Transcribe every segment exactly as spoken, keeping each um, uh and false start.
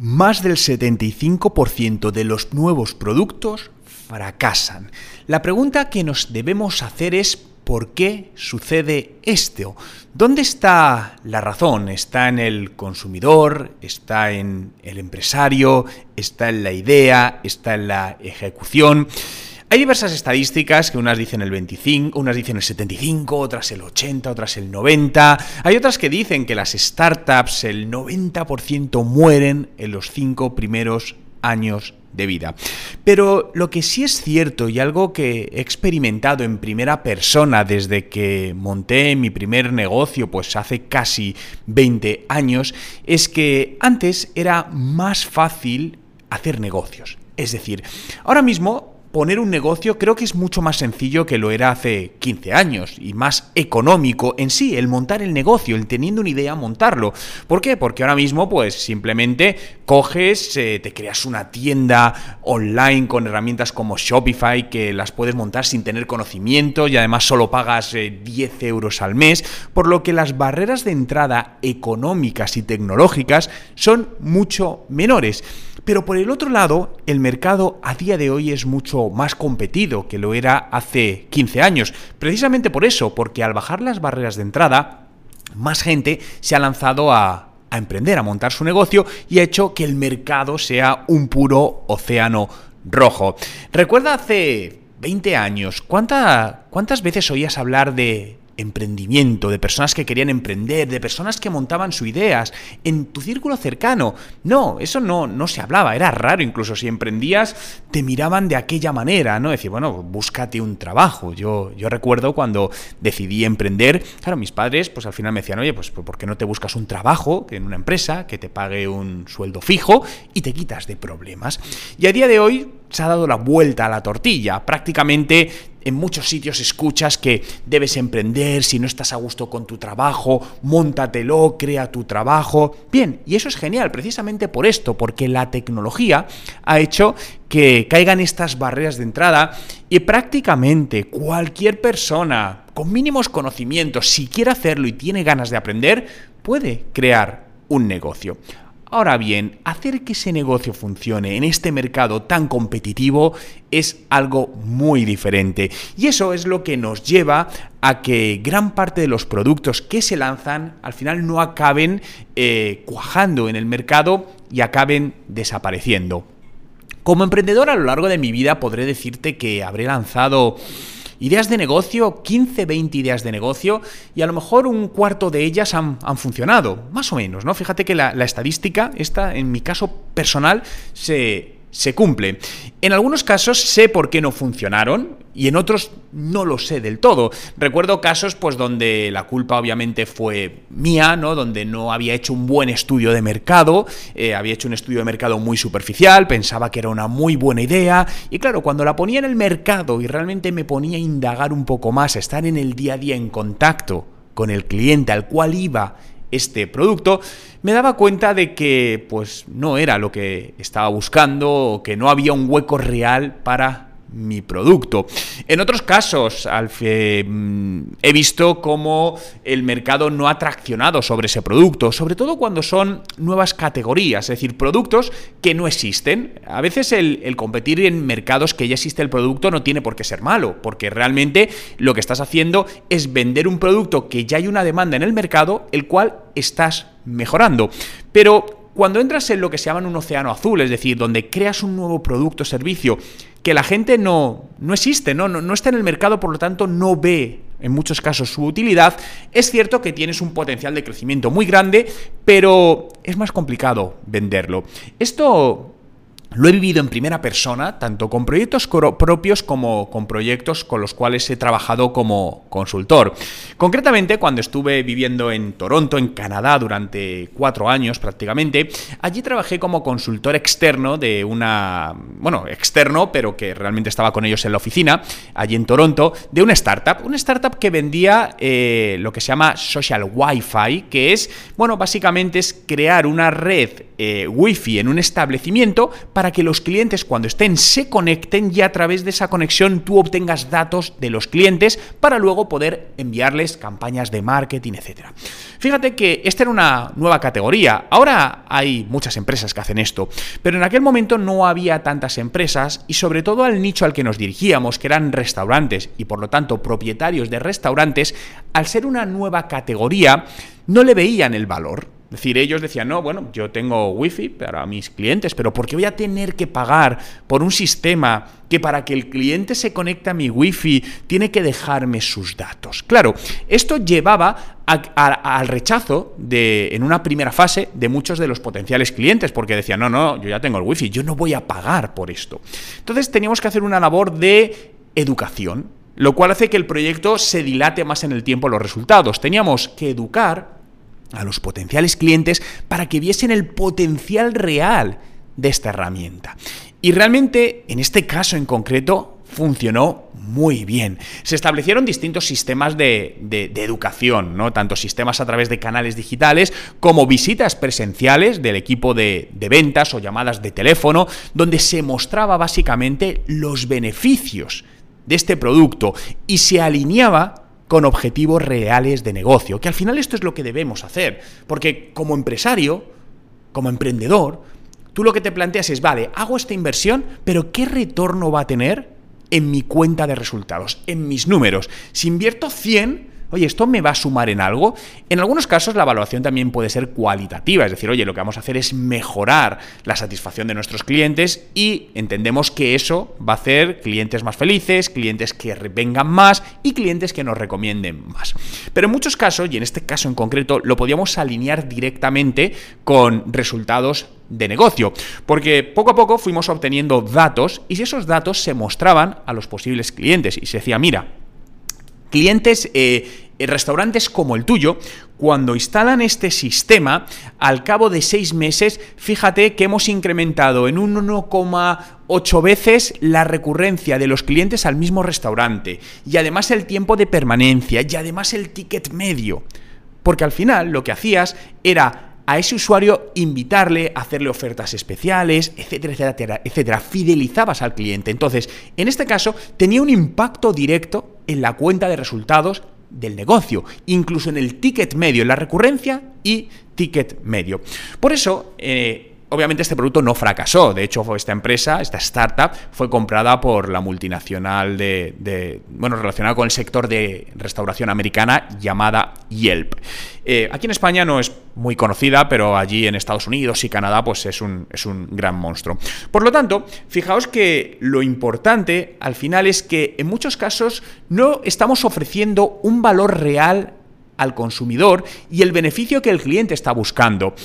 Más del setenta y cinco por ciento de los nuevos productos fracasan. La pregunta que nos debemos hacer es ¿por qué sucede esto? ¿Dónde está la razón? ¿Está en el consumidor? ¿Está en el empresario? ¿Está en la idea? ¿Está en la ejecución? Hay diversas estadísticas que unas dicen el veinticinco, unas dicen el setenta y cinco, otras el ochenta, otras el noventa. Hay otras que dicen que las startups, el noventa por ciento mueren en los cinco primeros años de vida. Pero lo que sí es cierto y algo que he experimentado en primera persona desde que monté mi primer negocio, pues hace casi veinte años, es que antes era más fácil hacer negocios. Es decir, ahora mismo poner un negocio creo que es mucho más sencillo que lo era hace quince años y más económico en sí, el montar el negocio, el teniendo una idea, montarlo. ¿Por qué? Porque ahora mismo pues simplemente coges, eh, te creas una tienda online con herramientas como Shopify que las puedes montar sin tener conocimiento y además solo pagas eh, diez euros al mes, por lo que las barreras de entrada económicas y tecnológicas son mucho menores. Pero por el otro lado, el mercado a día de hoy es mucho más competido que lo era hace quince años. Precisamente por eso, porque al bajar las barreras de entrada, más gente se ha lanzado a, a emprender, a montar su negocio y ha hecho que el mercado sea un puro océano rojo. Recuerda hace veinte años, ¿cuánta, ¿cuántas veces oías hablar de emprendimiento, de personas que querían emprender, de personas que montaban sus ideas en tu círculo cercano? No, eso no, no se hablaba, era raro. Incluso si emprendías te miraban de aquella manera, ¿no? Decir, bueno, búscate un trabajo. Yo, yo recuerdo cuando decidí emprender, claro, mis padres pues al final me decían, oye, pues ¿por qué no te buscas un trabajo en una empresa que te pague un sueldo fijo y te quitas de problemas? Y a día de hoy se ha dado la vuelta a la tortilla. Prácticamente en muchos sitios escuchas que debes emprender, si no estás a gusto con tu trabajo, móntatelo, crea tu trabajo. Bien, y eso es genial, precisamente por esto, porque la tecnología ha hecho que caigan estas barreras de entrada y prácticamente cualquier persona con mínimos conocimientos, si quiere hacerlo y tiene ganas de aprender, puede crear un negocio. Ahora bien, hacer que ese negocio funcione en este mercado tan competitivo es algo muy diferente. Y eso es lo que nos lleva a que gran parte de los productos que se lanzan al final no acaben eh, cuajando en el mercado y acaben desapareciendo. Como emprendedor a lo largo de mi vida podré decirte que habré lanzado ideas de negocio, quince, veinte ideas de negocio, y a lo mejor un cuarto de ellas han, han funcionado, más o menos, ¿no? Fíjate que la, la estadística, esta, en mi caso personal, se, se cumple. En algunos casos sé por qué no funcionaron y en otros no lo sé del todo. Recuerdo casos pues donde la culpa obviamente fue mía, ¿no? Donde no había hecho un buen estudio de mercado, eh, había hecho un estudio de mercado muy superficial, pensaba que era una muy buena idea y claro, cuando la ponía en el mercado y realmente me ponía a indagar un poco más, a estar en el día a día en contacto con el cliente al cual iba este producto, me daba cuenta de que pues no era lo que estaba buscando o que no había un hueco real para mi producto. En otros casos al fe, mmm, he visto cómo el mercado no ha traccionado sobre ese producto, sobre todo cuando son nuevas categorías, es decir, productos que no existen. A veces el, el competir en mercados que ya existe el producto no tiene por qué ser malo, porque realmente lo que estás haciendo es vender un producto que ya hay una demanda en el mercado, el cual estás mejorando. Pero cuando entras en lo que se llama un océano azul, es decir, donde creas un nuevo producto o servicio que la gente no, no existe, ¿no? No, no está en el mercado, por lo tanto no ve en muchos casos su utilidad, es cierto que tienes un potencial de crecimiento muy grande, pero es más complicado venderlo. Esto lo he vivido en primera persona, tanto con proyectos propios como con proyectos con los cuales he trabajado como consultor. Concretamente, cuando estuve viviendo en Toronto, en Canadá, durante cuatro años prácticamente, allí trabajé como consultor externo de una... Bueno, externo, pero que realmente estaba con ellos en la oficina, allí en Toronto, de una startup. Una startup que vendía eh, lo que se llama Social Wi-Fi, que es, bueno, básicamente es crear una red eh, Wi-Fi en un establecimiento para que los clientes cuando estén se conecten y a través de esa conexión tú obtengas datos de los clientes para luego poder enviarles campañas de marketing, etcétera. Fíjate que esta era una nueva categoría. Ahora hay muchas empresas que hacen esto, pero en aquel momento no había tantas empresas y sobre todo al nicho al que nos dirigíamos, que eran restaurantes y por lo tanto propietarios de restaurantes, al ser una nueva categoría, no le veían el valor. Es decir, ellos decían, no, bueno, yo tengo wifi para mis clientes, pero ¿por qué voy a tener que pagar por un sistema que para que el cliente se conecte a mi wifi tiene que dejarme sus datos? Claro, esto llevaba a, a, al rechazo de, en una primera fase de muchos de los potenciales clientes, porque decían, no, no, yo ya tengo el wifi, yo no voy a pagar por esto. Entonces teníamos que hacer una labor de educación, lo cual hace que el proyecto se dilate más en el tiempo los resultados. Teníamos que educar a los potenciales clientes para que viesen el potencial real de esta herramienta. Y realmente, en este caso en concreto, funcionó muy bien. Se establecieron distintos sistemas de, de, de educación, ¿no? Tanto sistemas a través de canales digitales como visitas presenciales del equipo de, de ventas o llamadas de teléfono, donde se mostraba básicamente los beneficios de este producto y se alineaba con objetivos reales de negocio, que al final esto es lo que debemos hacer, porque como empresario, como emprendedor, tú lo que te planteas es, vale, hago esta inversión, pero ¿qué retorno va a tener en mi cuenta de resultados, en mis números? Si invierto cien, oye, ¿esto me va a sumar en algo? En algunos casos la evaluación también puede ser cualitativa, es decir, oye, lo que vamos a hacer es mejorar la satisfacción de nuestros clientes y entendemos que eso va a hacer clientes más felices, clientes que vengan más y clientes que nos recomienden más. Pero en muchos casos, y en este caso en concreto, lo podíamos alinear directamente con resultados de negocio, porque poco a poco fuimos obteniendo datos y si esos datos se mostraban a los posibles clientes y se decía, mira, clientes, eh, restaurantes como el tuyo, cuando instalan este sistema, al cabo de seis meses, fíjate que hemos incrementado en un uno coma ocho veces la recurrencia de los clientes al mismo restaurante y además el tiempo de permanencia y además el ticket medio. Porque al final lo que hacías era a ese usuario invitarle, hacerle ofertas especiales, etcétera, etcétera, etcétera. Fidelizabas al cliente. Entonces, en este caso, tenía un impacto directo en la cuenta de resultados del negocio, incluso en el ticket medio, en la recurrencia y ticket medio. Por eso, eh, obviamente este producto no fracasó. De hecho, esta empresa, esta startup, fue comprada por la multinacional de, de bueno, relacionada con el sector de restauración americana llamada Yelp. Eh, aquí en España no es muy conocida, pero allí en Estados Unidos y Canadá pues es un, es un gran monstruo. Por lo tanto, fijaos que lo importante al final es que en muchos casos no estamos ofreciendo un valor real al consumidor y el beneficio que el cliente está buscando.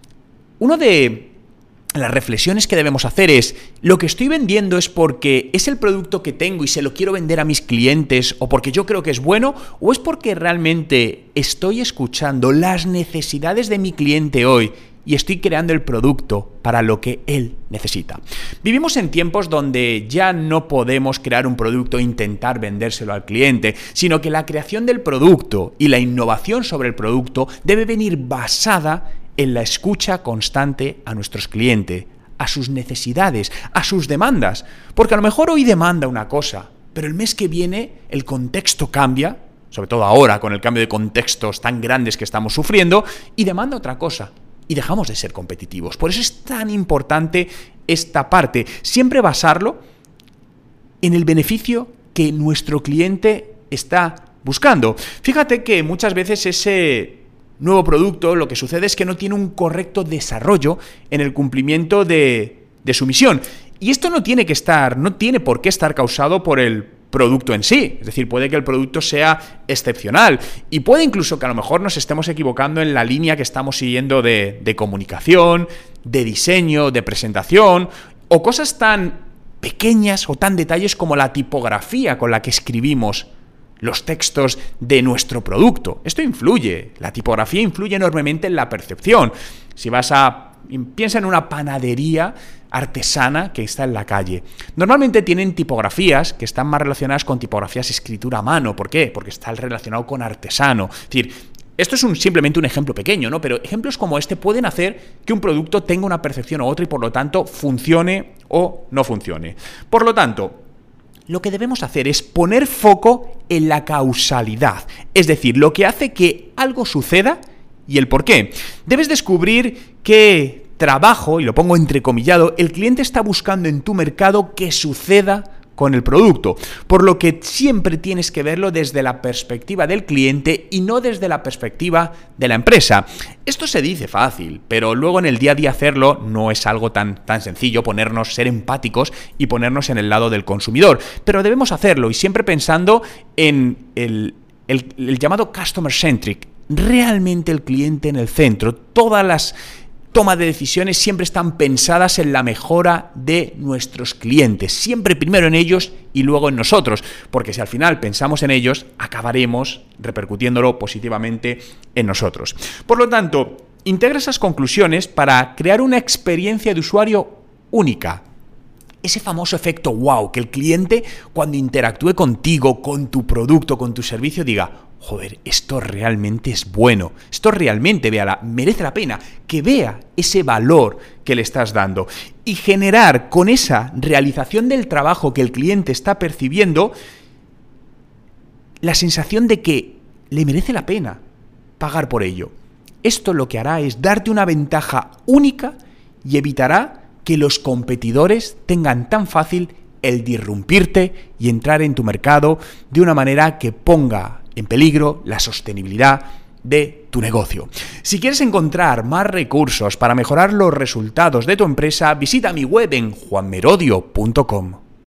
Uno de las reflexiones que debemos hacer es, ¿lo que estoy vendiendo es porque es el producto que tengo y se lo quiero vender a mis clientes o porque yo creo que es bueno o es porque realmente estoy escuchando las necesidades de mi cliente hoy y estoy creando el producto para lo que él necesita? Vivimos en tiempos donde ya no podemos crear un producto e intentar vendérselo al cliente, sino que la creación del producto y la innovación sobre el producto debe venir basada en la escucha constante a nuestros clientes, a sus necesidades, a sus demandas. Porque a lo mejor hoy demanda una cosa, pero el mes que viene el contexto cambia, sobre todo ahora con el cambio de contextos tan grandes que estamos sufriendo, y demanda otra cosa. Y dejamos de ser competitivos. Por eso es tan importante esta parte. Siempre basarlo en el beneficio que nuestro cliente está buscando. Fíjate que muchas veces ese nuevo producto, lo que sucede es que no tiene un correcto desarrollo en el cumplimiento de, de su misión. Y esto no tiene que estar, no tiene por qué estar causado por el producto en sí. Es decir, puede que el producto sea excepcional y puede incluso que a lo mejor nos estemos equivocando en la línea que estamos siguiendo de, de comunicación, de diseño, de presentación o cosas tan pequeñas o tan detalles como la tipografía con la que escribimos los textos de nuestro producto. Esto influye, la tipografía influye enormemente en la percepción. Si vas a... piensa en una panadería artesana que está en la calle. Normalmente tienen tipografías que están más relacionadas con tipografías de escritura a mano. ¿Por qué? Porque está relacionado con artesano. Es decir, Esto es un, simplemente un ejemplo pequeño, ¿no? Pero ejemplos como este pueden hacer que un producto tenga una percepción u otra y por lo tanto funcione o no funcione. Por lo tanto, lo que debemos hacer es poner foco en la causalidad, es decir, lo que hace que algo suceda y el por qué. Debes descubrir qué trabajo, y lo pongo entrecomillado, el cliente está buscando en tu mercado que suceda con el producto, por lo que siempre tienes que verlo desde la perspectiva del cliente y no desde la perspectiva de la empresa. Esto se dice fácil, pero luego en el día a día hacerlo no es algo tan, tan sencillo, ponernos, ser empáticos y ponernos en el lado del consumidor, pero debemos hacerlo y siempre pensando en el, el, el llamado customer centric, realmente el cliente en el centro. Todas las toma de decisiones siempre están pensadas en la mejora de nuestros clientes, siempre primero en ellos y luego en nosotros, porque si al final pensamos en ellos, acabaremos repercutiéndolo positivamente en nosotros. Por lo tanto, integra esas conclusiones para crear una experiencia de usuario única. Ese famoso efecto wow, que el cliente cuando interactúe contigo, con tu producto, con tu servicio, diga: joder, esto realmente es bueno, esto realmente véala, merece la pena, que vea ese valor que le estás dando y generar con esa realización del trabajo que el cliente está percibiendo la sensación de que le merece la pena pagar por ello. Esto lo que hará es darte una ventaja única y evitará que los competidores tengan tan fácil el disrumpirte y entrar en tu mercado de una manera que ponga en peligro la sostenibilidad de tu negocio. Si quieres encontrar más recursos para mejorar los resultados de tu empresa, visita mi web en juan merodio punto com.